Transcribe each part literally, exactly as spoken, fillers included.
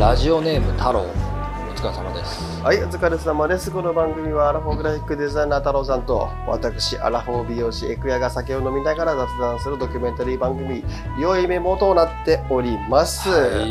ラジオネーム太郎、お疲れ様です。 はい、お疲れ様です。この番組はアラフォーグラフィックデザイナー太郎さんと私アラフォー美容師エクヤが酒を飲みながら雑談するドキュメンタリー番組良いメモとなっております。 はい。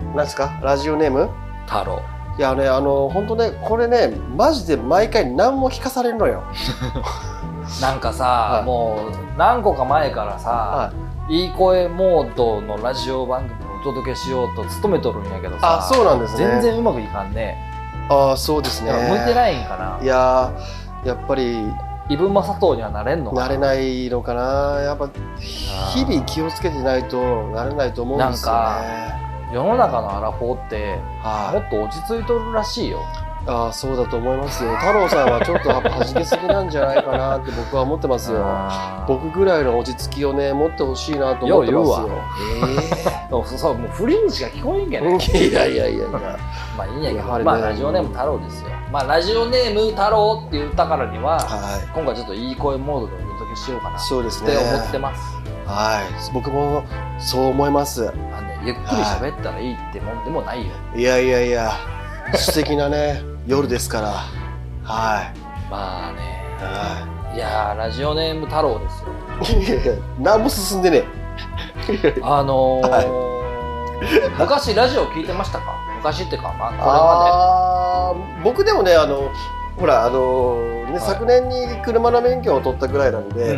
何ですか？ラジオネーム太郎。 いやね、あの本当ね、これねマジで毎回何も聞かされるのよ。 なんかさ、 はい、 もう何個か前からさ、はい、いい声モードのラジオ番組をお届けしようと努めとるんやけどさ、 あ、そうなんですね。 全然うまくいかんね。 あ、そうですね。 向いてないんかな。 いややっぱりイブマサトウにはなれんのかな。 なれないのかな。やっぱ日々気をつけてないとなれないと思うんですよね。 なんか世の中のアラフォーってもっと落ち着いとるらしいよ。 ああ、そうだと思いますよ。太郎さんはちょっとやっぱ弾けすぎなんじゃないかなって僕は思ってますよ。僕ぐらいの落ち着きをね持ってほしいなと思ってますよ。 えー、そうそう、もうフリにしか聞こえんけね。 いやいやいやいや。 まあいいんやけど、ね、まあラジオネーム太郎ですよ。まあラジオネーム太郎って言ったからには、はい、今回ちょっといい声モードでお届けしようかなって思ってます。 はい、僕もそう思います。 あのね、ゆっくり喋ったらいいってもんでもないよ。 いやいやいや、素敵なね夜ですから。はい。 まあね。はい。いやー、ラジオネーム太郎ですよ。 いやいや、何も進んでね。 あのーはい、昔ラジオ聞いてましたか？昔ってか、まあこれまで。あ僕でもね、あのほらあのー、ね、はい、昨年に車の免許を取ったぐらいなんで、うん、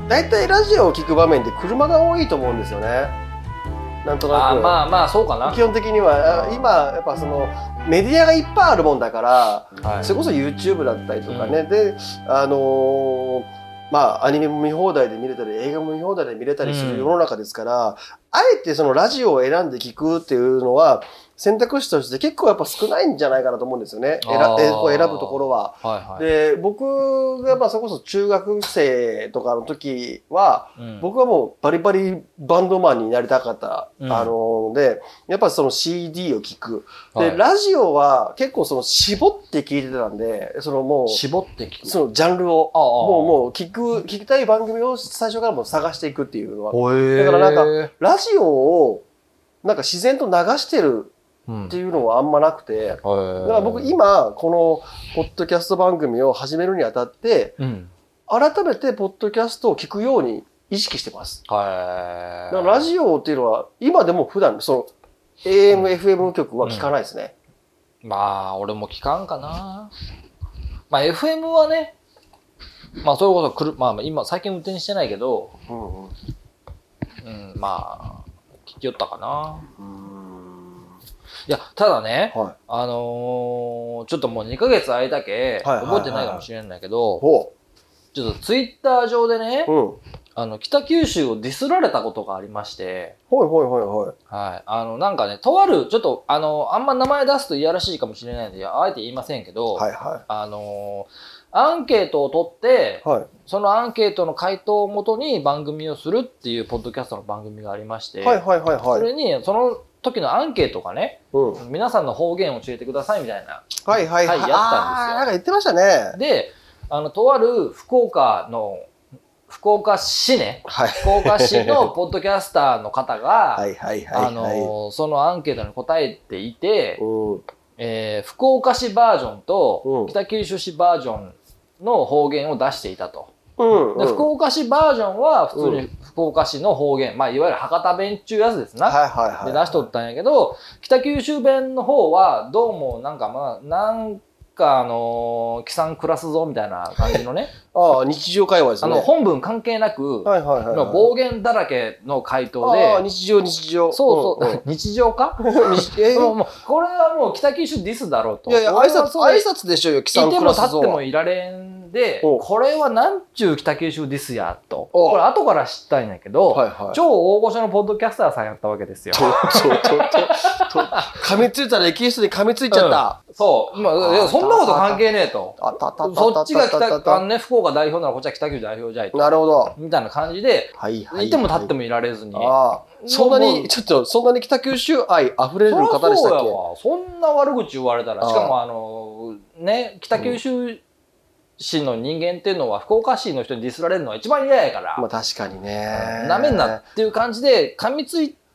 だいたいラジオを聞く場面で車が多いと思うんですよね。なんとなく。 あ、まあまあそうかな。 基本的には今やっぱそのメディアがいっぱいあるもんだから、はい、それこそ YouTube だったりとかね、うん、であのー、まあアニメも見放題で見れたり映画も見放題で見れたりする世の中ですから、うん、あえてそのラジオを選んで聞くっていうのは選択肢として結構やっぱ少ないんじゃないかなと思うんですよね。選ぶところは。はいはい、で、僕がまあそれこそ中学生とかの時は、うん、僕はもうバリバリバンドマンになりたかった。うん、あので、やっぱその シーディー を聞く。で、はい、ラジオは結構その絞って聞いてたんで、そのもう、 絞って聞くそのジャンルを、もうもう聞く、聞きたい番組を最初からもう探していくっていうのは。だからなんか、ラジオをなんか自然と流してるっていうのはあんまなくて、うん、だから僕今このポッドキャスト番組を始めるにあたって、うん、改めてポッドキャストを聞くように意識してます。だからラジオっていうのは今でも普段その エーエム、うん、エフエム 局は聞かないですね。 うん、まあ俺も聞かんかな。まあ エフエム はね、まあそれこそくる、まあ今最近運転してないけど、うんうんうん、まあ聞きよったかな。うんいや、ただね、はい、あのー、ちょっともうにかげつ空いたけ、覚えてないかもしれないんだけど、ちょっとツイッター上でね、うん、あの、北九州をディスられたことがありまして、 はいはいはいはい。 はい。あの、なんかね、とある、ちょっと、あの、あんま名前出すといやらしいかもしれないので、あえて言いませんけど、はいはい、あのー、アンケートを取って、はい、そのアンケートの回答をもとに番組をするっていうポッドキャストの番組がありまして、はいはいはいはい。それに、その、時のアンケートがね、うん、皆さんの方言を教えてくださいみたいなはいはいはい、 はい、やったんですよ。 なんか言ってましたね。 で、あのとある福岡の福岡市ね、はい、福岡市のポッドキャスターの方があのそのアンケートに答えていて、うんえー、福岡市バージョンと北九州市バージョンの方言を出していたと。うんうん、で福岡市バージョンは普通に福岡市の方言、うん、まあいわゆる博多弁っちゅうやつですな、はいはいはい、で出しとったんやけど、北九州弁の方はどうもなんかまあなんかあのー、帰参暮らすぞみたいな感じのねああ日常会話ですね。 あの本文関係なく、はいはいはいはい、暴言だらけの回答で、 ああ日常日常そうそう、うんうん、日常かえー、もうもうこれはもう北九州ディスだろうと。 いやいや挨拶挨拶でしょうよ。帰参暮らすぞいても立ってもいられんで、これはなんちゅう北九州ディスやと。これ後から知ったんやけど、はいはい、超大御所のポッドキャスターさんやったわけですよ。そうそうそうそう噛みついたらエキストに噛みついちゃった。 うん、そう。まあ、そんなこと関係ねえと。そっちが北、あのね、福岡代表ならこっちは北九州代表じゃいと。 なるほど。 みたいな感じで、はいはいはい、いても立ってもいられずに。 あそんなに、ちょっと、そんなに北九州愛溢れる方でしたっけ？ そ, そんな悪口言われたら、しかもあの、ね、北九州市の人間っていうのは福岡市の人にディスられるのは一番嫌やから。 まあ確かにね。 なめんなっていう感じで噛みつい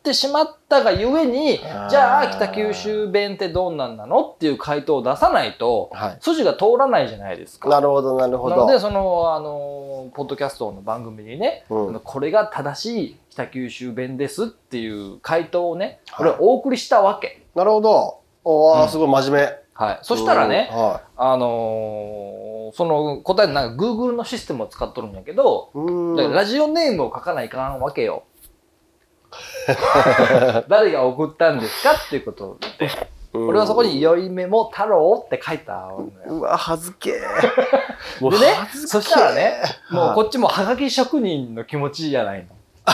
ってしまったがゆえに、じゃあ北九州弁ってどんなんなのっていう回答を出さないと、はい、筋が通らないじゃないですか。 なるほどなるほど。 なのでそのあのポッドキャストの番組にね、うん、これが正しい北九州弁ですっていう回答をね、これはお送りしたわけ。 なるほど。おー、うん、すごい真面目。 はい。そしたらね、はい、あのー、その答えなんか Google のシステムを使っとるんやけど、だからラジオネームを書かないかんわけよ。誰が送ったんですかっていうことで、俺はそこによいメモ太郎って書いたのよ。 うわ、恥ずけー。でね、そしたらね、もうこっちもハガキ職人の気持ちじゃないの。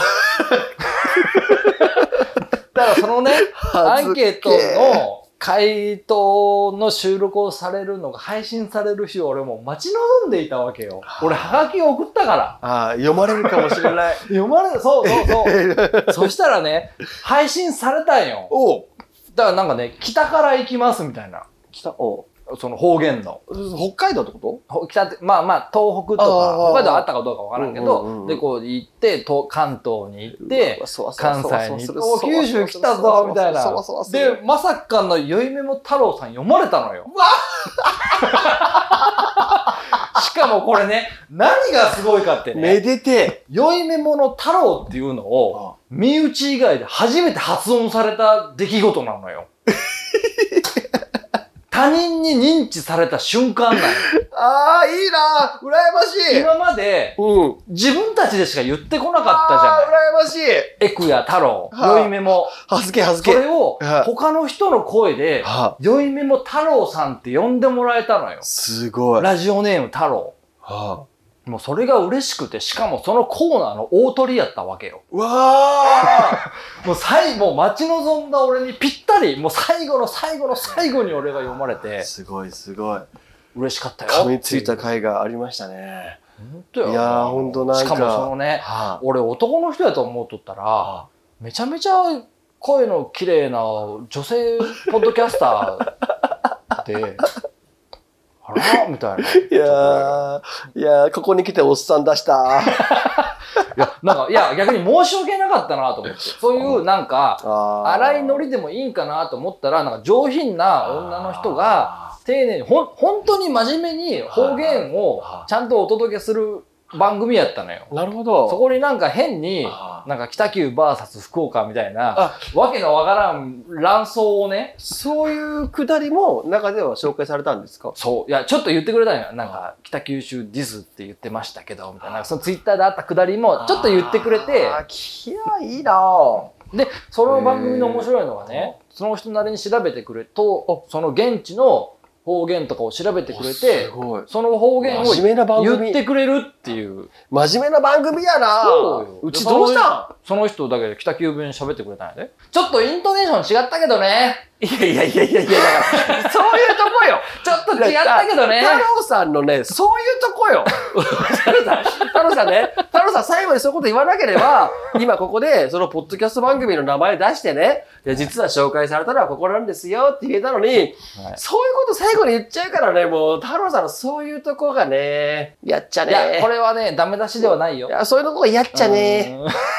だからそのね、アンケートの回答の収録をされるのが配信される日を俺も待ち望んでいたわけよ。俺ハガキを送ったから。 ああ、読まれるかもしれない。 読まれる、そうそうそう。そしたらね、配信されたんよ。おう。だからなんかね、北から行きますみたいな。 北、おう。 その方言の。 北海道ってこと？ 北って、まあまあ、東北とか、北海道あったかどうかわからんけど、うんうんうん、で、こう行って、関東に行って、関西に行って、お、九州来たぞみたいな。で、まさかのよいメモ太郎さん読まれたのよ。しかもこれね、何がすごいかってね。 めでて。 よいメモの太郎っていうのを、身内以外で初めて発音された出来事なのよ。他人に認知された瞬間なんよ。 ああ、いいなー、羨ましい。 今まで、うん、自分たちでしか言ってこなかったじゃない。 ああ、羨ましい。 エクや太郎、はあ、よいメモ。 はずけはずけ。 それを、はあ、他の人の声で、はあ、よいメモ太郎さんって呼んでもらえたのよ。 すごい。 ラジオネーム太郎。はあ、もうそれが嬉しくて、しかもそのコーナーの大取りやったわけよ。 うわーもう最後、待ち望んだ俺にぴったり、もう最後の最後の最後に俺が読まれて。 すごいすごい。 嬉しかったよ。 噛みついた回がありましたね。 本当よ。 いやー、ほんとなんか。 しかもそのね、はあ、俺男の人やと思っとったら、はあ、めちゃめちゃ声の綺麗な女性ポッドキャスターで、あらみたいな。 いやー、いやー、ここに来ておっさん出した。 いや、なんか、いや、逆に申し訳なかったなと思って。そういう、なんか、荒いノリでもいいんかなと思ったら、なんか上品な女の人が、丁寧に、ほん、本当に真面目に方言をちゃんとお届けする番組やったのよ。 なるほど。 そこになんか変に、なんか北九 ブイエス 福岡みたいな、わけのわからん乱想をね。 そういうくだりも中では紹介されたんですか？ そう。いや、ちょっと言ってくれたんよ。なんか、北九州ディスって言ってましたけど、みたいな。そのツイッターであったくだりも、ちょっと言ってくれて。 あ、いや、いいなぁ。 で、その番組の面白いのがね、その人なりに調べてくれと、その現地の方言とかを調べてくれて、その方言を言ってくれるっていう。 真面目な番組やな。そうよ。うちどうしたん？ その人だけ北九弁喋ってくれたんやで。ちょっとイントネーション違ったけどね。 いやいやいやいやいや、だからそういうとこよ。 ちょっと違ったけどね。 太郎さんのね、そういうとこよ。太郎さん、太郎さんね、太郎さん最後にそういうこと言わなければ、今ここでそのポッドキャスト番組の名前出してね、で実は紹介されたのはここなんですよって言えたのに、はい、そういうこと最後に言っちゃうからね、もう太郎さんのそういうとこがね、やっちゃね。 いや、これはね、ダメ出しではないよ。 いや、そういうとこがやっちゃね。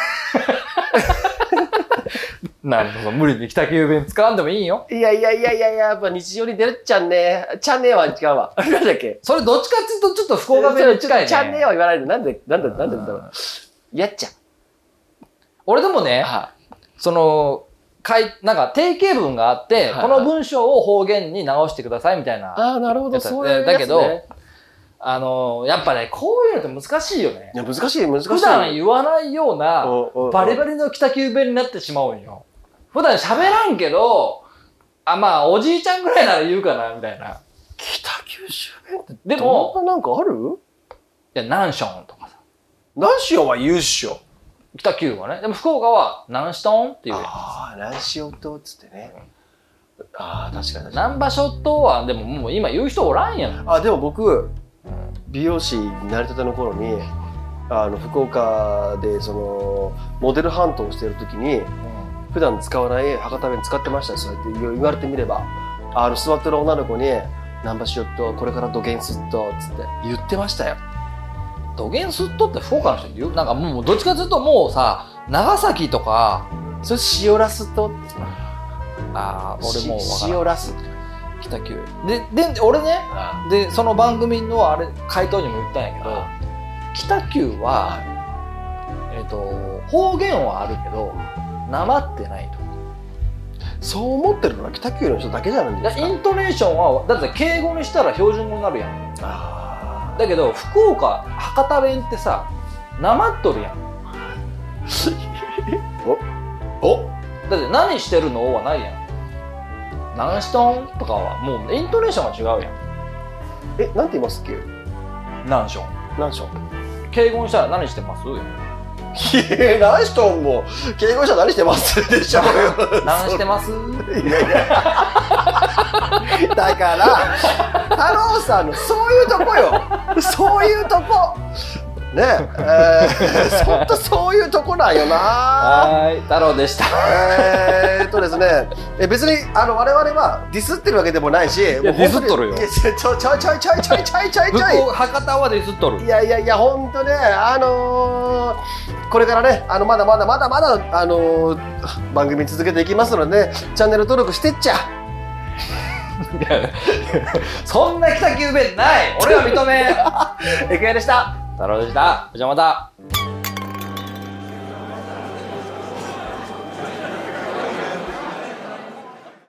なるほど。無理に北九弁使わんでもいいよ。 いやいやいやいやいや、やっぱ日常に出るっちゃんね。ちゃんねえは違うわ。なんだっけ？ それどっちかっていうとちょっと福岡弁に近いね。 ちゃんねえは言わないで。なんで、なんで、なんでだろう。やっちゃ。 俺でもね、はあ、その、かい、なんか定型文があって、はいはい、この文章を方言に直してくださいみたいな。 ああ、なるほど。そういうやつね。 だけど、あのー、やっぱね、こういうのって難しいよね。 いや、難しい、難しい。 普段言わないような、バリバリの北九弁になってしまうんよ。普段喋らんけど、あ、まあ、おじいちゃんぐらいなら言うかな、みたいな。 北九州弁って、 でも、 なんかある？ いや、ナンションとかさ。 ナンションは言うっしょ。 北九はね。でも福岡は、ナンシトンって言うやん。 ああ、ナンシオトっつってね。うん、ああ、確かに確かに。 ナンバショットは、でももう今言う人おらんやん。 あ、でも僕、美容師になりたての頃に、あの、福岡で、その、モデルハントをしてるときに、うん、普段使わない博多弁使ってましたよ。そうやって言われてみれば。あの、座ってる女の子に、ナンバショット、これからドゲンスット、つって言ってましたよ。 ドゲンスットって福岡の人言う？なんかもう、どっちかというともうさ、長崎とか、 それ塩ラスとああ俺もう分からん塩ラス北九でで俺ねでその番組のあれ回答にも言ったんやけど北九は、えー、と方言はあるけどなまってないと。 そう思ってるのは北九の人だけじゃないんですか。 イントネーションはだって敬語にしたら標準語になるやん。あだけど福岡博多弁ってさなまっとるやん。おおだって何してるのはないやん。何しとんとかはもうイントネーションが違うやん。 えなんて言いますっけ。 何しょん何しょん敬語にしたら何してますいや何しとんも敬語したら何してますでしょ何してますいやいやだから太郎さんのそういうとこよそういうとこねえー、ほんとそういうとこなんよな。 はい太郎でした。 えーっとですねえ別にあの我々はディスってるわけでもないし、いやディスっとるよ。 ちょちょちょいちょいちょいちょいちょいちょいちょい博多はディスっとる。 いやいやいやほんとねあのー、これからねあのまだまだまだまだあのー、番組続けていきますので、ね、チャンネル登録してっちゃそんな北九弁ない俺は認めエクヤでした。太郎でした。じゃあまた。